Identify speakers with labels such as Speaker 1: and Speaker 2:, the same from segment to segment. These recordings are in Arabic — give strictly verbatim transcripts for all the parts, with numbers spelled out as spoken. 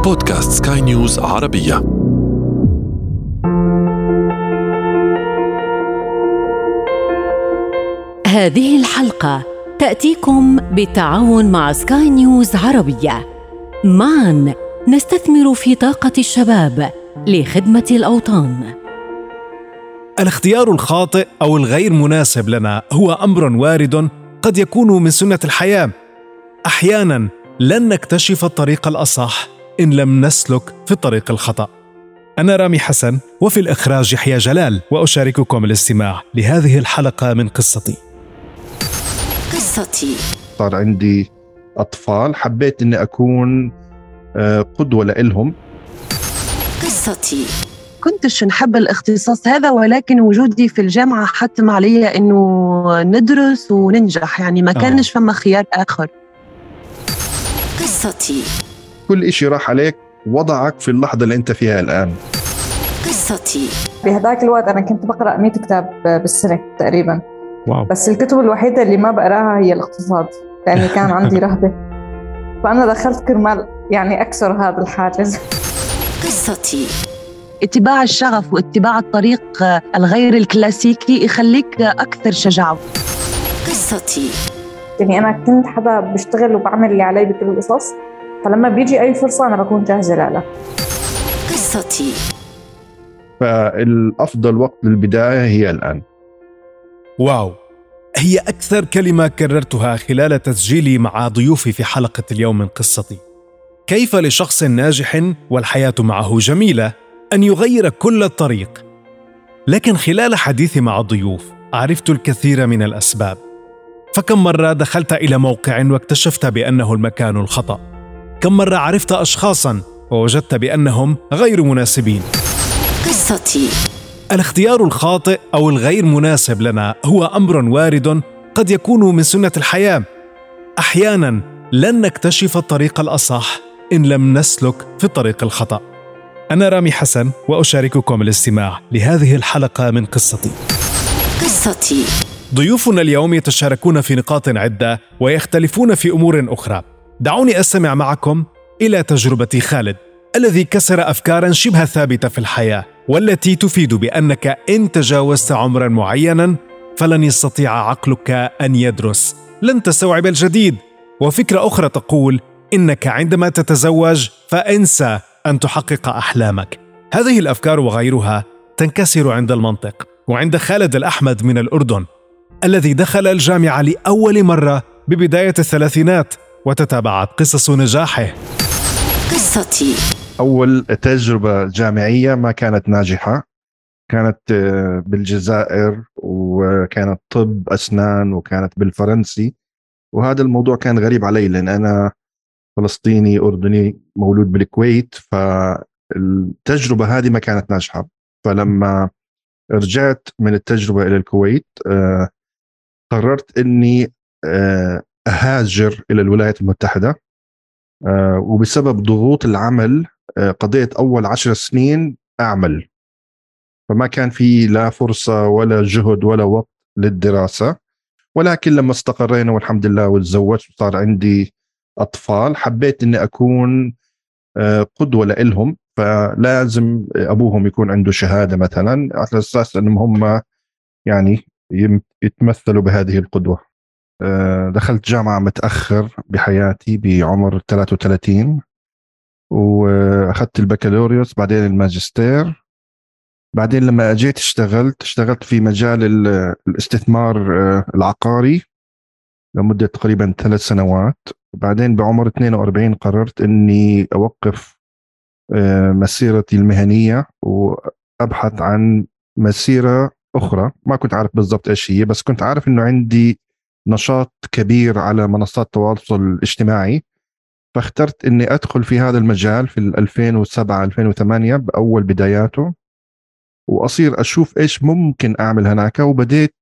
Speaker 1: بودكاست سكاي نيوز عربية.
Speaker 2: هذه الحلقة تأتيكم بالتعاون مع سكاي نيوز عربية. معاً نستثمر في طاقة الشباب لخدمة الأوطان.
Speaker 3: الاختيار الخاطئ أو الغير مناسب لنا هو أمر وارد قد يكون من سنة الحياة. أحياناً لن نكتشف الطريق الأصح إن لم نسلك في الطريق الخطأ. أنا رامي حسن، وفي الإخراج يحيى جلال، وأشارككم الاستماع لهذه الحلقة من قصتي.
Speaker 2: قصتي.
Speaker 4: صار عندي أطفال، حبيت إني أكون قدوة لإلهم.
Speaker 2: قصتي.
Speaker 5: كنتش نحب الاختصاص هذا، ولكن وجودي في الجامعة حتم علي إنه ندرس وننجح، يعني ما كانش فما خيار آخر.
Speaker 2: قصتي.
Speaker 4: كل إشي راح عليك وضعك في اللحظة اللي أنت فيها الآن.
Speaker 2: قصتي.
Speaker 6: بهذاك الوقت أنا كنت بقرأ مئة كتاب بالسنة تقريباً.
Speaker 3: واو.
Speaker 6: بس الكتب الوحيدة اللي ما بقراها هي الاقتصاد، لأني كان عندي رهبة، فأنا دخلت كرمال يعني أكسر هذا الحاجز.
Speaker 2: قصتي.
Speaker 5: اتباع الشغف واتباع الطريق الغير الكلاسيكي يخليك أكثر شجاعة.
Speaker 2: قصتي.
Speaker 6: يعني أنا كنت حدا بشتغل وبعمل اللي علي بكل القصص، فلما بيجي أي فرصة أنا بكون جاهزة لها.
Speaker 2: قصتي.
Speaker 4: فالأفضل وقت للبداية هي الآن.
Speaker 3: واو، هي أكثر كلمة كررتها خلال تسجيلي مع ضيوفي في حلقة اليوم من قصتي. كيف لشخص ناجح والحياة معه جميلة أن يغير كل الطريق؟ لكن خلال حديثي مع الضيوف عرفت الكثير من الأسباب. فكم مرة دخلت إلى موقع واكتشفت بأنه المكان الخطأ؟ كم مرة عرفت أشخاصاً ووجدت بأنهم غير مناسبين؟
Speaker 2: قصتي.
Speaker 3: الاختيار الخاطئ أو الغير مناسب لنا هو أمر وارد قد يكون من سنة الحياة. أحياناً لن نكتشف الطريق الأصح إن لم نسلك في الطريق الخطأ. أنا رامي حسن، وأشارككم الاستماع لهذه الحلقة من قصتي.
Speaker 2: قصتي.
Speaker 3: ضيوفنا اليوم يتشاركون في نقاط عدة ويختلفون في أمور أخرى. دعوني أستمع معكم إلى تجربة خالد الذي كسر أفكاراً شبه ثابتة في الحياة، والتي تفيد بأنك إن تجاوزت عمراً معيناً فلن يستطيع عقلك أن يدرس، لن تستوعب الجديد. وفكرة أخرى تقول إنك عندما تتزوج فانسى أن تحقق أحلامك. هذه الأفكار وغيرها تنكسر عند المنطق. وعند خالد الأحمد من الأردن الذي دخل الجامعة لأول مرة ببداية الثلاثينات، وتتابعت قصص نجاحه.
Speaker 2: قصتي.
Speaker 4: أول تجربة جامعية ما كانت ناجحة، كانت بالجزائر، وكانت طب أسنان، وكانت بالفرنسي. وهذا الموضوع كان غريب علي لأن أنا فلسطيني أردني مولود بالكويت، فالتجربة هذه ما كانت ناجحة. فلما رجعت من التجربة إلى الكويت قررت أني أهاجر إلى الولايات المتحدة، وبسبب ضغوط العمل قضيت أول عشر سنين أعمل، فما كان في لا فرصة ولا جهد ولا وقت للدراسة. ولكن لما استقرينا والحمد لله وتزوجت وصار عندي أطفال، حبيت أني أكون قدوة لإلهم، فلازم أبوهم يكون عنده شهادة مثلا على أساس أنهم هم يعني يتمثلوا بهذه القدوة. دخلت جامعة متأخر بحياتي بعمر ثلاثة وثلاثين، وأخذت البكالوريوس بعدين الماجستير. بعدين لما أجيت اشتغلت اشتغلت في مجال الاستثمار العقاري لمدة تقريبا ثلاث سنوات. بعدين بعمر اثنين وأربعين قررت أني أوقف مسيرتي المهنية وأبحث عن مسيرة أخرى. ما كنت عارف بالضبط إيش هي، بس كنت عارف أنه عندي نشاط كبير على منصات التواصل الاجتماعي، فاخترت أني أدخل في هذا المجال في ألفين وسبعة ألفين وثمانية بأول بداياته، وأصير أشوف إيش ممكن أعمل هناك. وبديت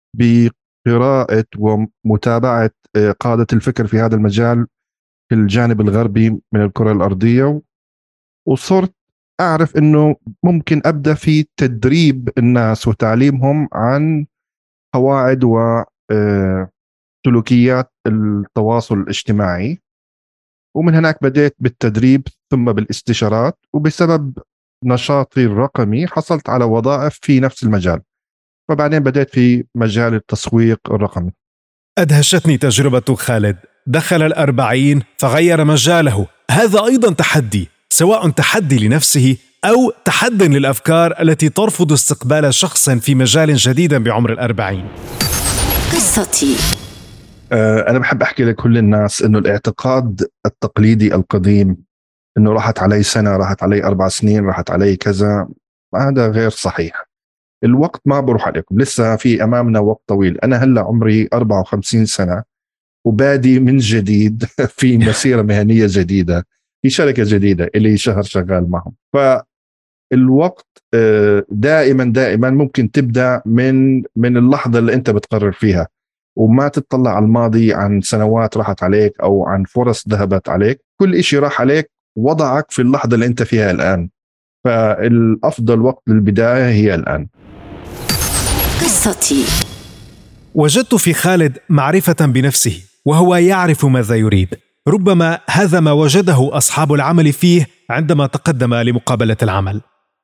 Speaker 4: بقراءة ومتابعة قادة الفكر في هذا المجال في الجانب الغربي من الكرة الأرضية، وصرت أعرف أنه ممكن أبدأ في تدريب الناس وتعليمهم عن قواعد وسلوكيات التواصل الاجتماعي. ومن هناك بديت بالتدريب ثم بالاستشارات، وبسبب نشاطي الرقمي حصلت على وظائف في نفس المجال، فبعدين بديت في مجال التسويق الرقمي.
Speaker 3: أدهشتني تجربة خالد، دخل الأربعين فغير مجاله. هذا أيضا تحدي، سواء تحدي لنفسه أو تحدي للأفكار التي ترفض استقبال شخص في مجال جديد بعمر الأربعين.
Speaker 2: قصتي.
Speaker 4: أنا بحب أحكي لكل الناس إنه الاعتقاد التقليدي القديم إنه راحت علي سنة، راحت علي أربع سنين، راحت علي كذا، هذا غير صحيح. الوقت ما بروح عليكم، لسه في أمامنا وقت طويل. أنا هلأ عمري أربعة وخمسين سنة وبادي من جديد في مسيرة مهنية جديدة في شركة جديدة اللي شهر شغال معهم. فالوقت دائما دائما ممكن تبدأ من من اللحظة اللي أنت بتقرر فيها، وما تطلع على الماضي عن سنوات راحت عليك أو عن فرص ذهبت عليك. كل إشي راح عليك وضعك في اللحظة اللي أنت فيها الآن، فالأفضل وقت للبداية هي الآن.
Speaker 2: قصتي.
Speaker 3: وجدت في خالد معرفة بنفسه، وهو يعرف ماذا يريد. ربما هذا ما وجده أصحاب العمل فيه عندما تقدم لمقابلة العمل.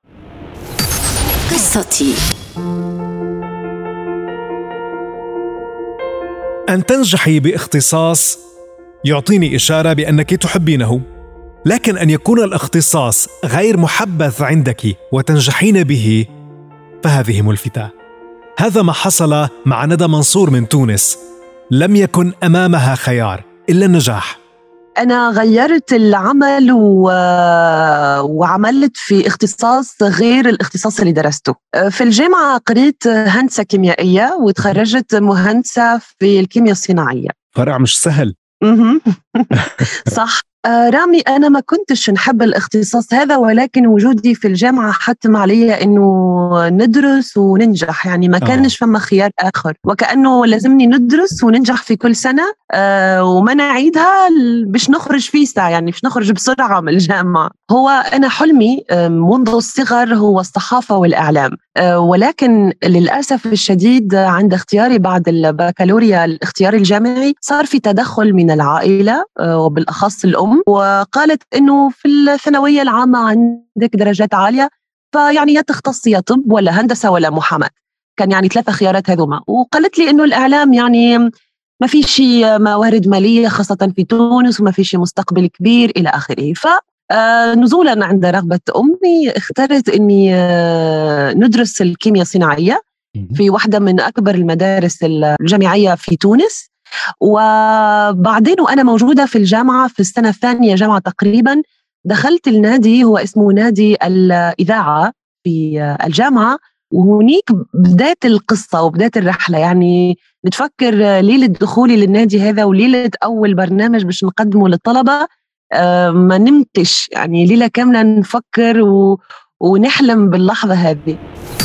Speaker 2: قصتي.
Speaker 3: أن تنجحي باختصاص يعطيني إشارة بأنك تحبينه، لكن أن يكون الاختصاص غير محبذ عندك وتنجحين به فهذه ملفتة. هذا ما حصل مع ندى منصور من تونس، لم يكن أمامها خيار إلا النجاح.
Speaker 5: أنا غيرت العمل و... وعملت في اختصاص غير الاختصاص اللي درسته. في الجامعة قريت هندسة كيميائية وتخرجت مهندسة في الكيمياء الصناعية.
Speaker 3: فرع مش سهل.
Speaker 5: صح. رامي، أنا ما كنتش نحب الاختصاص هذا، ولكن وجودي في الجامعة حتم علي إنه ندرس وننجح، يعني ما كانش فما خيار آخر، وكأنه لازمني ندرس وننجح في كل سنة أه وما نعيدها باش نخرج فيسا، يعني باش نخرج بسرعة من الجامعة. هو أنا حلمي منذ الصغر هو الصحافة والإعلام، أه ولكن للأسف الشديد عند اختياري بعد البكالوريا الاختيار الجامعي صار في تدخل من العائلة أه وبالأخص الأم، وقالت إنه في الثانوية العامة عندك درجات عالية، فيعني يا تختصي يا طب ولا هندسة ولا محاماة، كان يعني ثلاثة خيارات هذوما. وقالت لي إنه الإعلام يعني ما فيش موارد مالية خاصة في تونس وما فيش مستقبل كبير إلى آخره. فنزولا عند رغبة أمي اخترت إني ندرس الكيمياء الصناعية في واحدة من أكبر المدارس الجامعية في تونس. وبعدين وأنا موجودة في الجامعة في السنة الثانية جامعة تقريبا، دخلت النادي هو اسمه نادي الإذاعة في الجامعة، وهنيك بداية القصة وبداية الرحلة. يعني نتفكر ليلة دخولي للنادي هذا وليلة أول برنامج باش نقدمه للطلبة، ما نمتش يعني ليلة كاملة نفكر و... ونحلم باللحظة هذه.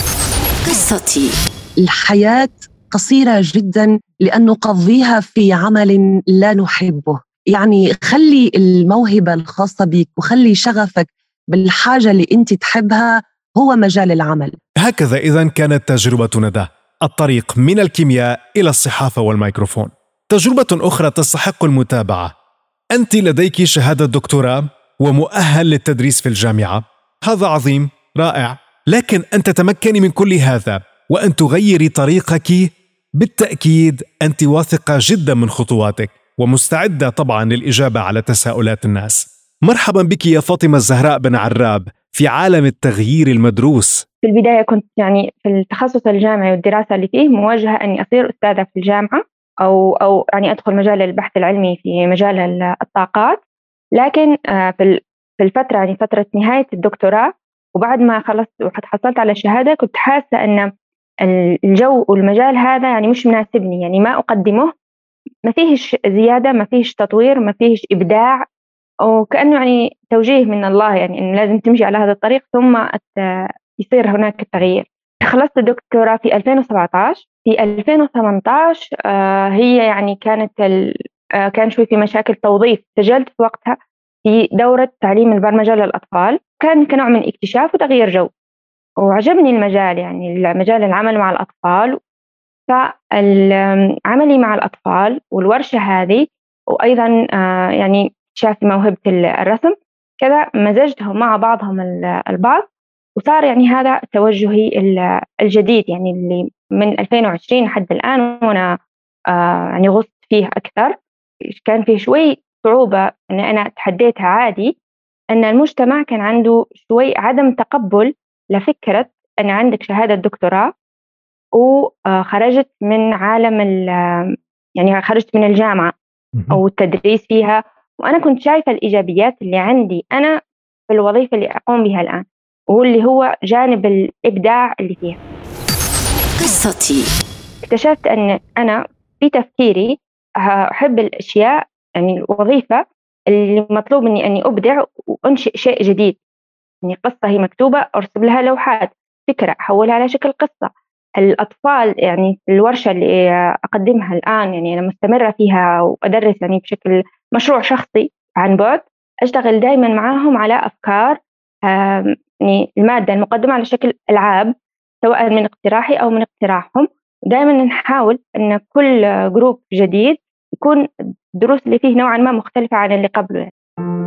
Speaker 2: قصتي.
Speaker 5: الحياة قصيرة جدا لأن نقضيها في عمل لا نحبه، يعني خلي الموهبة الخاصة بك وخلي شغفك بالحاجة اللي أنت تحبها هو مجال العمل.
Speaker 3: هكذا إذن كانت تجربة ندى، الطريق من الكيمياء إلى الصحافة والميكروفون. تجربة أخرى تستحق المتابعة. أنت لديك شهادة دكتوراه ومؤهل للتدريس في الجامعة، هذا عظيم رائع، لكن أن تتمكني من كل هذا وأن تغيري طريقك، بالتأكيد أنت واثقة جدا من خطواتك ومستعدة طبعا للإجابة على تساؤلات الناس. مرحبا بك يا فاطمة الزهراء بن عراب في عالم التغيير المدروس.
Speaker 6: في البداية كنت يعني في التخصص الجامعي والدراسة اللي فيه موجهة أني أصير أستاذة في الجامعة أو أو يعني أدخل مجال البحث العلمي في مجال الطاقات. لكن في في الفترة يعني فترة نهاية الدكتوراه وبعد ما خلصت وحصلت على الشهادة كنت حاسة أن الجو والمجال هذا يعني مش مناسبني، يعني ما أقدمه، ما فيهش زيادة، ما فيهش تطوير، ما فيهش إبداع، وكأنه يعني توجيه من الله يعني إنه لازم تمشي على هذا الطريق ثم يصير هناك التغيير. خلصت الدكتوراه في ألفين وسبعة عشر. في ألفين وثمانية عشر آه هي يعني كانت آه كان شوي في مشاكل توظيف، سجلت في وقتها في دورة تعليم البرمجة للأطفال، كان كنوع من اكتشاف وتغيير جو، وعجبني المجال يعني مجال العمل مع الأطفال. فعملي مع الأطفال والورشة هذه وأيضا آه يعني اكتشافي موهبة الرسم، كذا مزجتهم مع بعضهم البعض، وصار يعني هذا توجهي الجديد يعني اللي من ألفين وعشرين لحد الآن وأنا آه يعني غصت فيه أكثر. كان فيه شوي صعوبة أن أنا تحديتها عادي، أن المجتمع كان عنده شوي عدم تقبل لفكرة أن عندك شهادة دكتوراه وخرجت من عالم يعني خرجت من الجامعة أو التدريس فيها، وأنا كنت شايفة الإيجابيات اللي عندي أنا في الوظيفة اللي أقوم بها الآن، وهو اللي هو جانب الإبداع اللي فيها.
Speaker 2: قصتي.
Speaker 6: اكتشفت أن أنا في تفكيري أحب الأشياء، يعني الوظيفة اللي مطلوب مني أني أبدع وأنشئ شيء جديد، يعني قصة هي مكتوبة أرسم لها لوحات، فكرة أحولها على شكل قصة. الأطفال يعني الورشة اللي أقدمها الآن يعني أنا مستمرة فيها وأدرس يعني بشكل مشروع شخصي عن بعد، أشتغل دائما معاهم على أفكار يعني المادة المقدمة على شكل ألعاب سواء من اقتراحي أو من اقتراحهم. دائما نحاول أن كل جروب جديد يكون الدروس اللي فيه نوعا ما مختلفة عن اللي قبله يعني.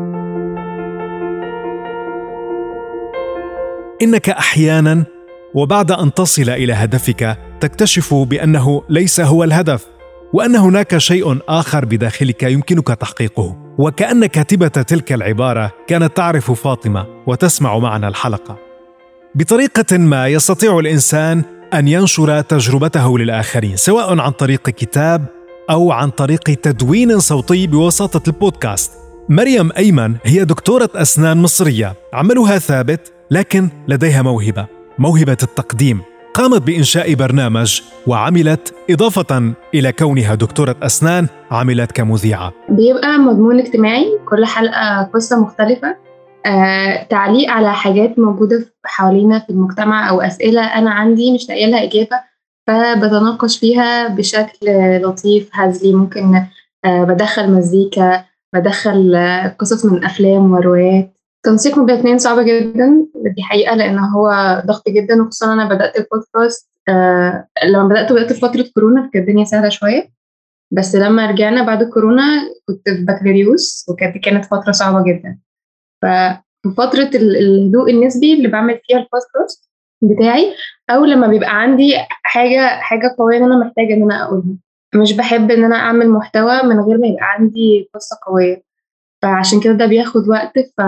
Speaker 3: إنك أحياناً وبعد أن تصل إلى هدفك تكتشف بأنه ليس هو الهدف، وأن هناك شيء آخر بداخلك يمكنك تحقيقه. وكأن كاتبة تلك العبارة كانت تعرف فاطمة وتسمع معنا الحلقة. بطريقة ما يستطيع الإنسان أن ينشر تجربته للآخرين، سواء عن طريق كتاب أو عن طريق تدوين صوتي بواسطة البودكاست. مريم أيمن هي دكتورة أسنان مصرية، عملها ثابت لكن لديها موهبة موهبة التقديم. قامت بإنشاء برنامج وعملت إضافة إلى كونها دكتورة أسنان عملت كمذيعة.
Speaker 7: بيبقى مضمون اجتماعي، كل حلقة قصة مختلفة، آه، تعليق على حاجات موجودة حوالينا في المجتمع أو أسئلة أنا عندي مش لاقيه لها إجابة، فبتناقش فيها بشكل لطيف هزلي. ممكن آه، بدخل مزيكا، بدخل آه، قصص من أفلام وروايات. تنسيق بين الاثنين صعب جدا، دي حقيقة، لأن هو ضغط جدا، وخصوصا أنا بدأت البودكاست آه لما بدأت بدأت في فترة كورونا، فكانت الدنيا سهلة شوية. بس لما رجعنا بعد كورونا كنت في بكالوريوس، وكانت كانت فترة صعبة جدا. ففي فترة الهدوء النسبي اللي بعمل فيها البودكاست بتاعي، أو لما بيبقى عندي حاجة حاجة قوية أنا محتاجة إن أنا أقولها، مش بحب إن أنا أعمل محتوى من غير ما يبقى عندي قصة قوية، فعشان كده ده بياخد وقت، ف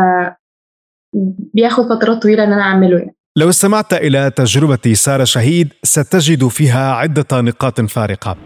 Speaker 7: بياخد فترات طويلة أن أنا أعمله يعني.
Speaker 3: لو استمعت إلى تجربة سارة شهيد ستجد فيها عدة نقاط فارقة.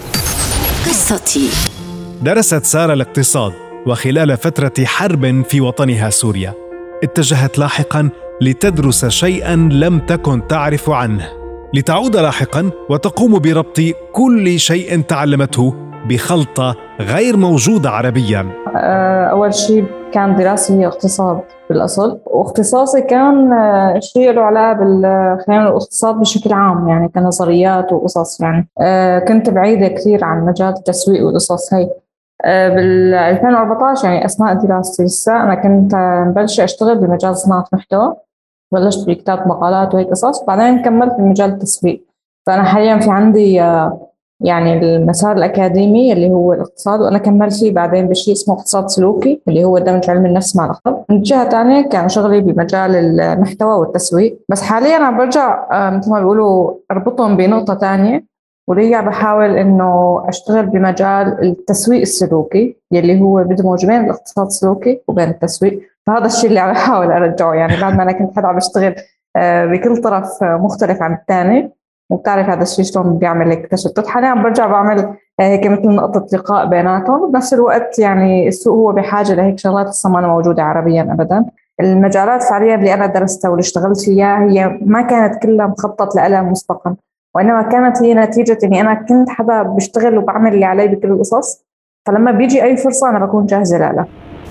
Speaker 2: قصتي.
Speaker 3: درست سارة الاقتصاد، وخلال فترة حرب في وطنها سوريا اتجهت لاحقاً لتدرس شيئاً لم تكن تعرف عنه، لتعود لاحقاً وتقوم بربط كل شيء تعلمته بخلطة غير موجودة عربياً.
Speaker 8: أول شيء كان دراستي هي اقتصاد بالأصل، واختصاصي كان شيء له علاقة بالاقتصاد بشكل عام، يعني كنظريات وقصص. يعني كنت بعيدة كثير عن مجال التسويق والقصص هي. بال ألفين وأربعة عشر يعني أثناء دراستي لسه أنا كنت مبلشة أشتغل بمجال صناعة محتوى، بلشت بكتابة مقالات وهي قصص، بعدين كملت بمجال التسويق. فأنا حاليا في عندي يعني المسار الأكاديمي اللي هو الاقتصاد، وأنا كملت فيه بعدين بشيء اسمه اقتصاد سلوكي اللي هو دمج علم النفس مع الاقتصاد. من جهة تانية كان شغلي بمجال المحتوى والتسويق، بس حاليا أنا برجع مثل ما بيقولوا أربطهم بنقطة تانية، ورجع بحاول إنه أشتغل بمجال التسويق السلوكي اللي هو بدمج بين الاقتصاد السلوكي وبين التسويق. فهذا الشيء اللي عم بحاول أرجعه، يعني بعد ما أنا كنت حدا عم بشتغل بكل طرف مختلف عن الثاني، وبتعرف هذا الشيء شلون بيعمل لك تشتت. حاليا برجع بعمل هيك مثل نقطة لقاء بيناتهم، بنفس الوقت يعني السوق هو بحاجة لهيك شغلات لسه ما موجودة عربيا أبدا. المجالات فعليا اللي أنا درستها واللي اشتغلت فيها هي ما كانت كلها مخطط لها مسبقا، وإنما كانت هي نتيجة إني أنا كنت حدا بشتغل وبعمل اللي علي بكل القصص، فلما بيجي أي فرصة أنا بكون جاهزة لها.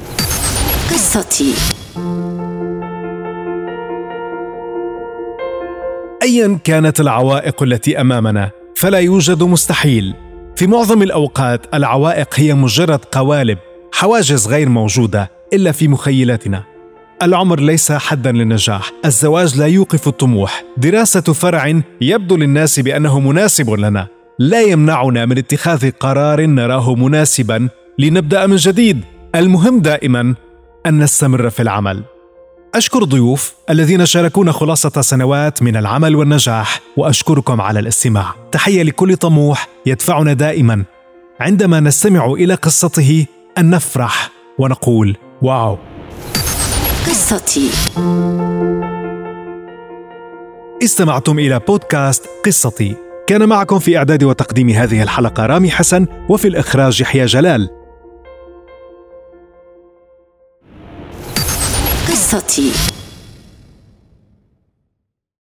Speaker 2: قصتي.
Speaker 3: أياً كانت العوائق التي أمامنا فلا يوجد مستحيل. في معظم الأوقات العوائق هي مجرد قوالب، حواجز غير موجودة إلا في مخيلتنا. العمر ليس حداً للنجاح، الزواج لا يوقف الطموح، دراسة فرع يبدو للناس بأنه مناسب لنا لا يمنعنا من اتخاذ قرار نراه مناسباً لنبدأ من جديد. المهم دائما أن نستمر في العمل. أشكر ضيوف الذين شاركونا خلاصة سنوات من العمل والنجاح، وأشكركم على الاستماع. تحية لكل طموح يدفعنا دائما عندما نستمع إلى قصته أن نفرح ونقول واو.
Speaker 2: قصتي.
Speaker 3: استمعتم إلى بودكاست قصتي. كان معكم في إعداد وتقديم هذه الحلقة رامي حسن، وفي الإخراج يحيى جلال.
Speaker 2: قصتي.